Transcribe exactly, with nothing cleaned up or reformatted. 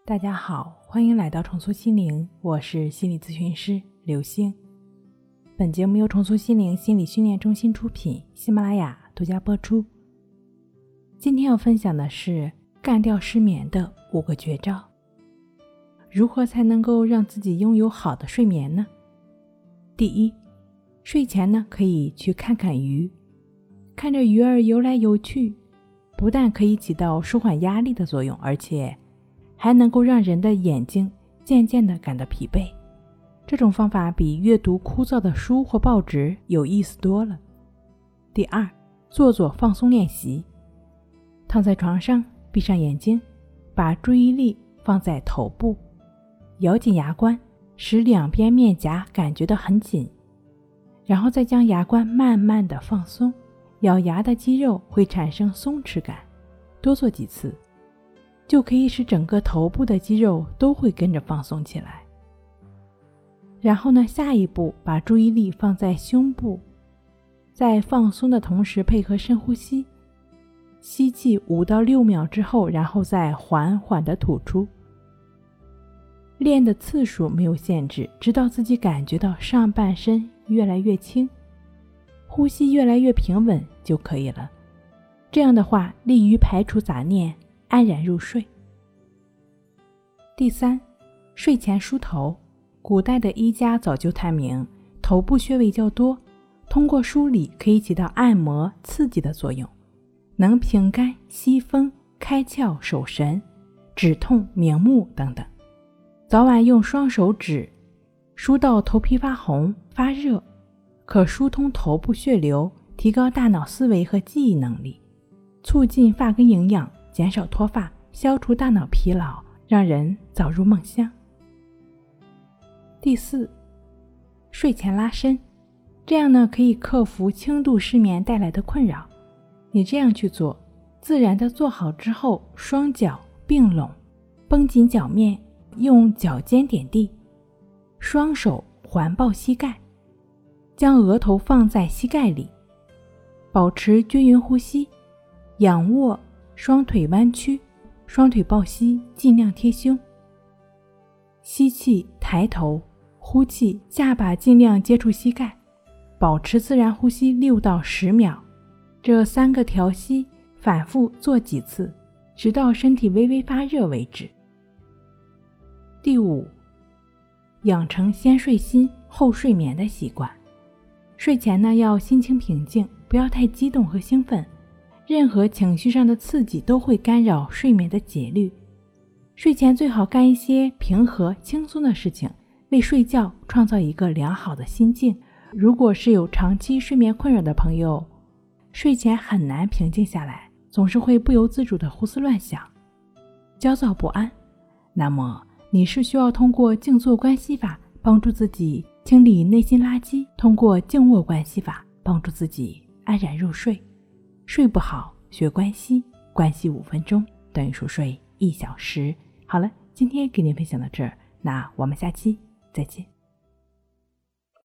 大家好，欢迎来到重塑心灵，我是心理咨询师刘星。本节目由重塑心灵心理训练中心出品，喜马拉雅独家播出。今天要分享的是干掉失眠的五个绝招。如何才能够让自己拥有好的睡眠呢？第一，睡前呢可以去看看鱼，看着鱼儿游来游去，不但可以起到舒缓压力的作用，而且还能够让人的眼睛渐渐地感到疲惫。这种方法比阅读枯燥的书或报纸有意思多了。第二，做做放松练习。躺在床上，闭上眼睛，把注意力放在头部，咬紧牙关，使两边面颊感觉到很紧，然后再将牙关慢慢地放松，咬牙的肌肉会产生松弛感。多做几次，就可以使整个头部的肌肉都会跟着放松起来。然后呢，下一步把注意力放在胸部，在放松的同时配合深呼吸，吸气五到六秒之后，然后再缓缓地吐出。练的次数没有限制，直到自己感觉到上半身越来越轻，呼吸越来越平稳就可以了。这样的话，利于排除杂念，安然入睡。第三，睡前梳头。古代的医家早就探明，头部穴位较多，通过梳理可以起到按摩刺激的作用，能平肝息风、开窍守神、止痛明目等等。早晚用双手指梳到头皮发红发热，可疏通头部血流，提高大脑思维和记忆能力，促进发根营养，减少脱发，消除大脑疲劳，让人早入梦乡。第四，睡前拉伸，这样呢可以克服轻度失眠带来的困扰。你这样去做，自然的做好之后，双脚并拢，绷紧脚面，用脚尖点地，双手环抱膝盖，将额头放在膝盖里，保持均匀呼吸，仰卧，双腿弯曲，双腿抱膝，尽量贴胸。吸气抬头，呼气下巴尽量接触膝盖，保持自然呼吸六到十秒。这三个调息反复做几次，直到身体微微发热为止。第五，养成先睡心后睡眠的习惯。睡前呢要心情平静，不要太激动和兴奋，任何情绪上的刺激都会干扰睡眠的节律。睡前最好干一些平和轻松的事情，为睡觉创造一个良好的心境。如果是有长期睡眠困扰的朋友，睡前很难平静下来，总是会不由自主的胡思乱想，焦躁不安，那么你是需要通过静坐观息法帮助自己清理内心垃圾，通过静卧观息法帮助自己安然入睡。睡不好学观息，观息五分钟等于熟睡一小时。好了，今天给您分享到这儿，那我们下期再见。